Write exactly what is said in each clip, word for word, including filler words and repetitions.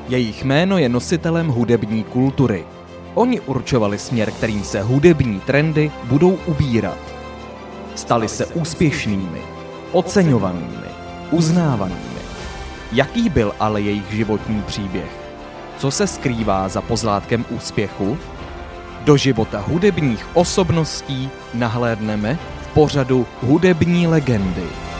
Jejich jméno je nositelem hudební kultury. Oni určovali směr, kterým se hudební trendy budou ubírat. Stali se úspěšnými, oceňovanými, uznávanými. Jaký byl ale jejich životní příběh? Co se skrývá za pozlátkem úspěchu? Do života hudebních osobností nahlédneme v pořadu Hudební legendy.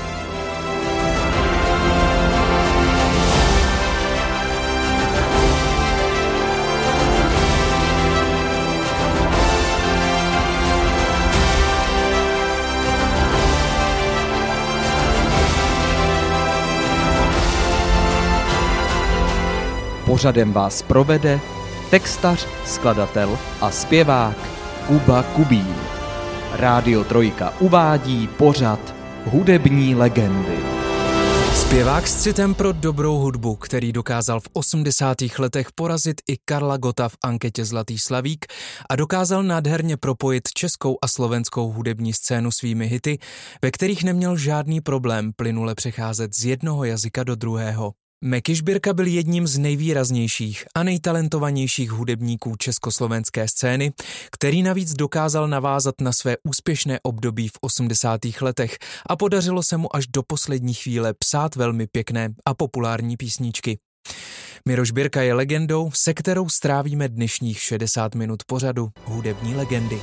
Pořadem vás provede textař, skladatel a zpěvák Kuba Kubín. Rádio Trojka uvádí pořad Hudební legendy. Zpěvák s citem pro dobrou hudbu, který dokázal v osmdesátých letech porazit i Karla Gotta v anketě Zlatý slavík a dokázal nádherně propojit českou a slovenskou hudební scénu svými hity, ve kterých neměl žádný problém plynule přecházet z jednoho jazyka do druhého. Meky Žbírka byl jedním z nejvýraznějších a nejtalentovanějších hudebníků československé scény, který navíc dokázal navázat na své úspěšné období v osmdesátých letech a podařilo se mu až do poslední chvíle psát velmi pěkné a populární písničky. Miro Žbírka je legendou, se kterou strávíme dnešních šedesát minut pořadu Hudební legendy.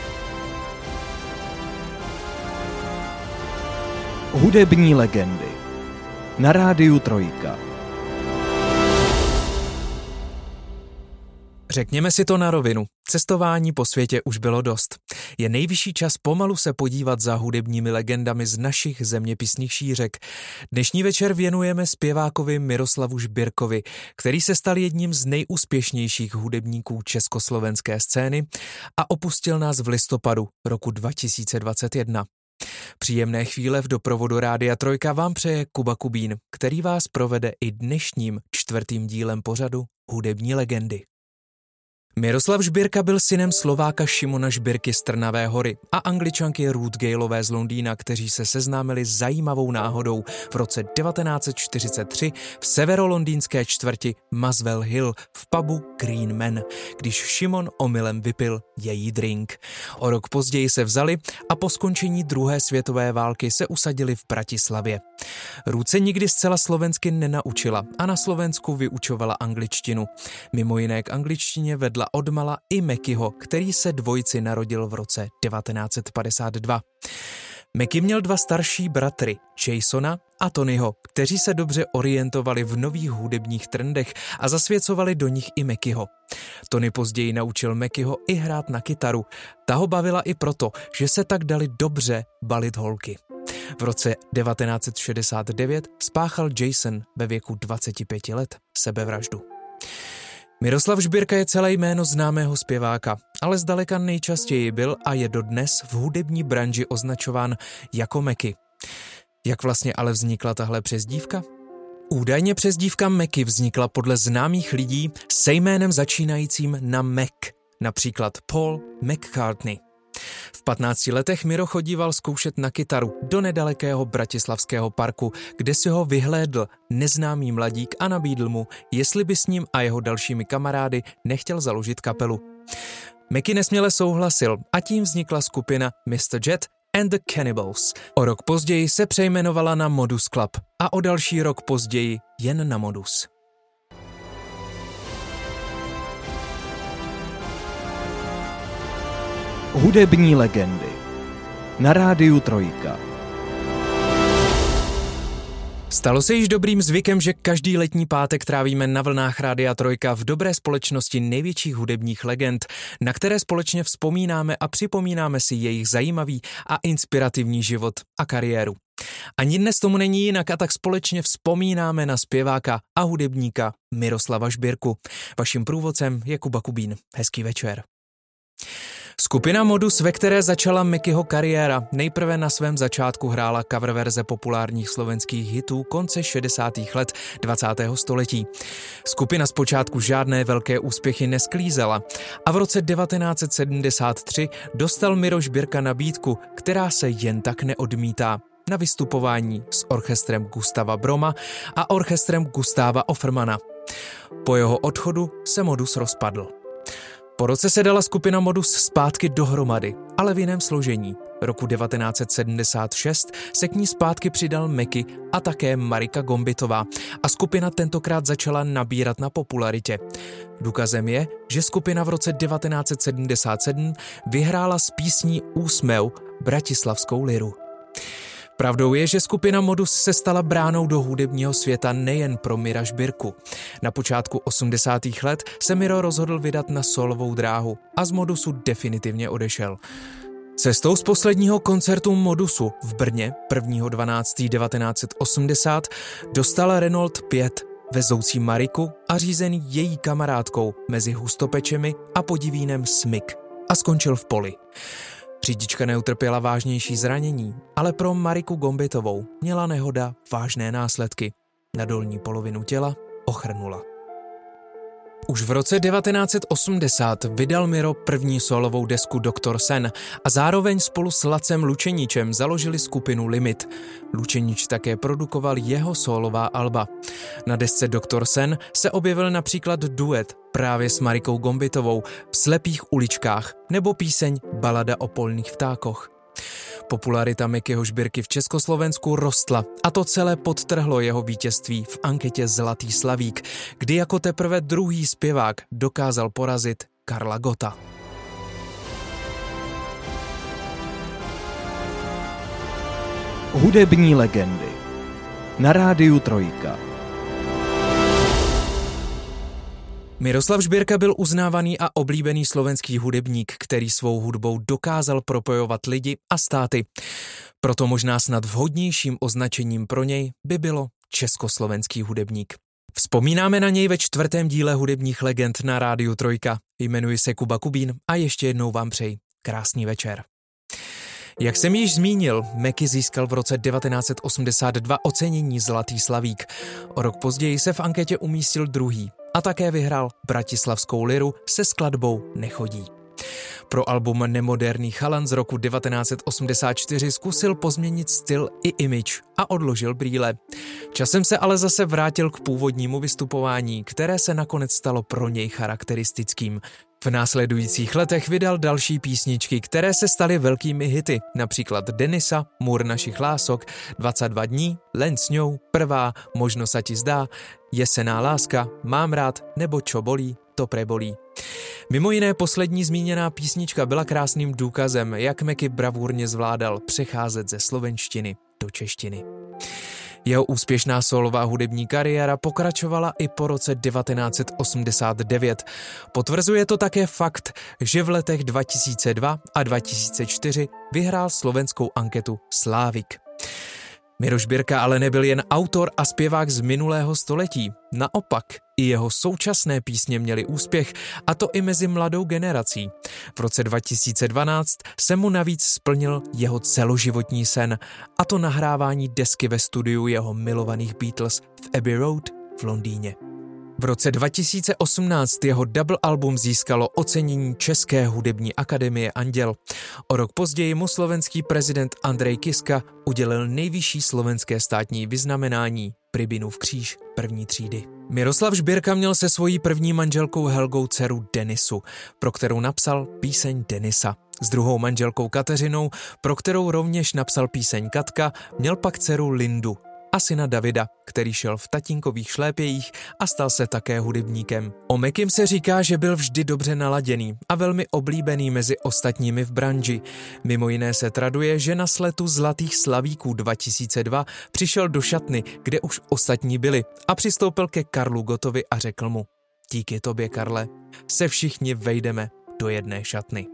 Hudební legendy na Rádiu Trojka. Řekněme si to na rovinu, cestování po světě už bylo dost. Je nejvyšší čas pomalu se podívat za hudebními legendami z našich zeměpisných šířek. Dnešní večer věnujeme zpěvákovi Miroslavu Žbírkovi, který se stal jedním z nejúspěšnějších hudebníků československé scény a opustil nás v listopadu roku dva tisíce dvacet jedna. Příjemné chvíle v doprovodu Rádia Trojka vám přeje Kuba Kubín, který vás provede i dnešním čtvrtým dílem pořadu Hudební legendy. Miroslav Žbírka byl synem Slováka Šimona Žbírky z Trnavé Hory a Angličanky Ruth Galeové z Londýna, kteří se seznámili zajímavou náhodou v roce devatenáct set čtyřicet tři v severolondýnské čtvrti Muswell Hill v pubu Green Man, když Šimon omylem vypil její drink. O rok později se vzali a po skončení druhé světové války se usadili v Bratislavě. Ruth se nikdy zcela slovensky nenaučila a na Slovensku vyučovala angličtinu. Mimo jiné k angličtině vedla odmala i Mekyho, který se dvojici narodil v roce devatenáct set padesát dva. Meky měl dva starší bratry, Jasona a Tonyho, kteří se dobře orientovali v nových hudebních trendech a zasvěcovali do nich i Mekyho. Tony později naučil Mekyho i hrát na kytaru. Ta ho bavila i proto, že se tak dali dobře balit holky. V roce devatenáct set šedesát devět spáchal Jason ve věku dvacet pět let sebevraždu. Miroslav Žbírka je celé jméno známého zpěváka, ale zdaleka nejčastěji byl a je dodnes v hudební branži označován jako Meky. Jak vlastně ale vznikla tahle přezdívka? Údajně přezdívka Meky vznikla podle známých lidí se jménem začínajícím na Mac, například Paul McCartney. V patnácti letech Miro chodíval zkoušet na kytaru do nedalekého bratislavského parku, kde si ho vyhlédl neznámý mladík a nabídl mu, jestli by s ním a jeho dalšími kamarády nechtěl založit kapelu. Meky nesměle souhlasil a tím vznikla skupina mister Jet and the Cannibals. O rok později se přejmenovala na Modus Club a o další rok později jen na Modus. Hudební legendy na Rádiu Trojka. Stalo se již dobrým zvykem, že každý letní pátek trávíme na vlnách Rádia Trojka v dobré společnosti největších hudebních legend, na které společně vzpomínáme a připomínáme si jejich zajímavý a inspirativní život a kariéru. Ani dnes tomu není jinak a tak společně vzpomínáme na zpěváka a hudebníka Miroslava Žbírku. Vaším průvodcem je Kuba Kubín. Hezký večer. Skupina Modus, ve které začala Mekyho kariéra, nejprve na svém začátku hrála coververze populárních slovenských hitů konce šedesátých let dvacátého století. Skupina zpočátku žádné velké úspěchy nesklízela a v roce devatenáct set sedmdesát tři dostal Miro Žbírka nabídku, která se jen tak neodmítá, na vystupování s orchestrem Gustava Broma a orchestrem Gustáva Offermana. Po jeho odchodu se Modus rozpadl. Po roce se dala skupina Modus zpátky dohromady, ale v jiném složení. Roku devatenáct set sedmdesát šest se k ní zpátky přidal Meky a také Marika Gombitová a skupina tentokrát začala nabírat na popularitě. Důkazem je, že skupina v roce devatenáct set sedmdesát sedm vyhrála s písní Úsmev Bratislavskou liru. Pravdou je, že skupina Modus se stala bránou do hudebního světa nejen pro Mira Žbirku. Na počátku osmdesátých let se Miro rozhodl vydat na solovou dráhu a z Modusu definitivně odešel. Cestou z posledního koncertu Modusu v Brně prvního dvanáctého devatenáct set osmdesát dostal Renault pět, vezoucí Mariku a řízený její kamarádkou mezi Hustopečemi a Podivínem Smyk a skončil v poli. Řidička neutrpěla vážnější zranění, ale pro Mariku Gombitovou měla nehoda vážné následky. Na dolní polovinu těla ochrnula. Už v roce devatenáct set osmdesát vydal Miro první solovou desku Doktor Sen a zároveň spolu s Lacem Lučeničem založili skupinu Limit. Lučenič také produkoval jeho solová alba. Na desce Doktor Sen se objevil například duet právě s Marikou Gombitovou v Slepých uličkách nebo píseň Balada o polních vtákoch. Popularita Mekyho Žbirky v Československu rostla a to celé podtrhlo jeho vítězství v anketě Zlatý slavík, kdy jako teprve druhý zpěvák dokázal porazit Karla Gotta. Hudební legendy na rádiu Trojka. Miroslav Žbirka byl uznávaný a oblíbený slovenský hudebník, který svou hudbou dokázal propojovat lidi a státy. Proto možná snad vhodnějším označením pro něj by bylo československý hudebník. Vzpomínáme na něj ve čtvrtém díle hudebních legend na rádiu Trojka. Jmenuji se Kuba Kubín a ještě jednou vám přeji krásný večer. Jak jsem již zmínil, Meky získal v roce devatenáct set osmdesát dva ocenění Zlatý slavík. O rok později se v anketě umístil druhý a také vyhrál Bratislavskou liru se skladbou Nechodí. Pro album Nemoderný chalan z roku devatenáct set osmdesát čtyři zkusil pozměnit styl i image a odložil brýle. Časem se ale zase vrátil k původnímu vystupování, které se nakonec stalo pro něj charakteristickým. V následujících letech vydal další písničky, které se staly velkými hity, například Denisa, Můr našich lások, dvacet dva dní, Len s ňou, Prvá, Možno sa ti zdá, Jesená láska, Mám rád nebo Čo bolí, to prebolí. Mimo jiné poslední zmíněná písnička byla krásným důkazem, jak Meky bravurně zvládal přecházet ze slovenštiny do češtiny. Jeho úspěšná solová hudební kariéra pokračovala i po roce devatenáct set osmdesát devět. Potvrzuje to také fakt, že v letech dva tisíce dva a dva tisíce čtyři vyhrál slovenskou anketu Slávik. Miro Žbirka ale nebyl jen autor a zpěvák z minulého století. Naopak, i jeho současné písně měly úspěch, a to i mezi mladou generací. V roce dva tisíce dvanáct se mu navíc splnil jeho celoživotní sen, a to nahrávání desky ve studiu jeho milovaných Beatles v Abbey Road v Londýně. V roce dva tisíce osmnáct jeho double album získalo ocenění České hudební akademie Anděl. O rok později mu slovenský prezident Andrej Kiska udělil nejvyšší slovenské státní vyznamenání Pribinův kříž první třídy. Miroslav Žbirka měl se svojí první manželkou Helgou dceru Denisu, pro kterou napsal píseň Denisa. S druhou manželkou Kateřinou, pro kterou rovněž napsal píseň Katka, měl pak dceru Lindu a syna Davida, který šel v tatínkových šlépějích a stal se také hudebníkem. O Mekym se říká, že byl vždy dobře naladěný a velmi oblíbený mezi ostatními v branži. Mimo jiné se traduje, že na sletu Zlatých slavíků dva tisíce dva přišel do šatny, kde už ostatní byli, a přistoupil ke Karlu Gottovi a řekl mu: díky tobě, Karle, se všichni vejdeme do jedné šatny.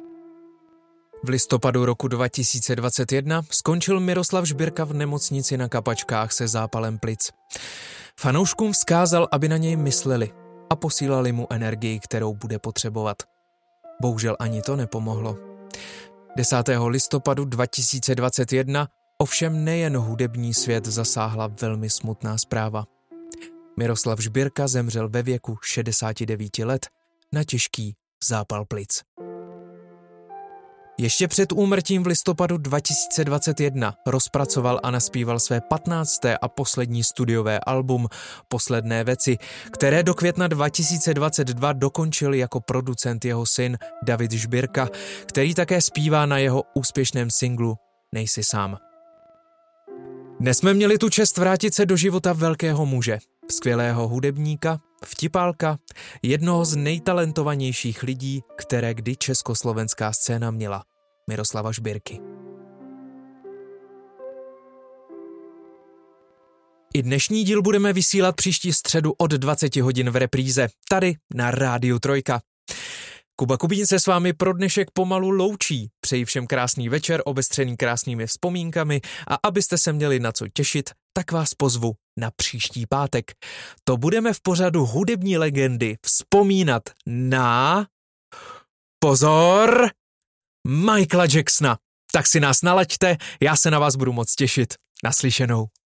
V listopadu roku dva tisíce dvacet jedna skončil Miroslav Žbirka v nemocnici na Kapačkách se zápalem plic. Fanouškům vzkázal, aby na něj mysleli a posílali mu energii, kterou bude potřebovat. Bohužel ani to nepomohlo. desátého listopadu dva tisíce dvacet jedna ovšem nejen hudební svět zasáhla velmi smutná zpráva. Miroslav Žbirka zemřel ve věku šedesáti devíti let na těžký zápal plic. Ještě před úmrtím v listopadu dva tisíce dvacet jedna rozpracoval a naspíval své patnácté a poslední studiové album Posledné veci, které do května dva tisíce dvacet dva dokončil jako producent jeho syn David Žbírka, který také zpívá na jeho úspěšném singlu Nejsi sám. Dnes jsme měli tu čest vrátit se do života velkého muže, skvělého hudebníka, vtipálka, jednoho z nejtalentovanějších lidí, které kdy československá scéna měla, Miroslava Žbírky. I dnešní díl budeme vysílat příští středu od dvacet hodin v repríze, tady na Rádiu Trojka. Kuba Kubín se s vámi pro dnešek pomalu loučí. Přeji všem krásný večer, obestřený krásnými vzpomínkami a abyste se měli na co těšit, tak vás pozvu na příští pátek. To budeme v pořadu hudební legendy vzpomínat na... Pozor! Michaela Jacksona. Tak si nás nalaďte, já se na vás budu moc těšit. Naslyšenou.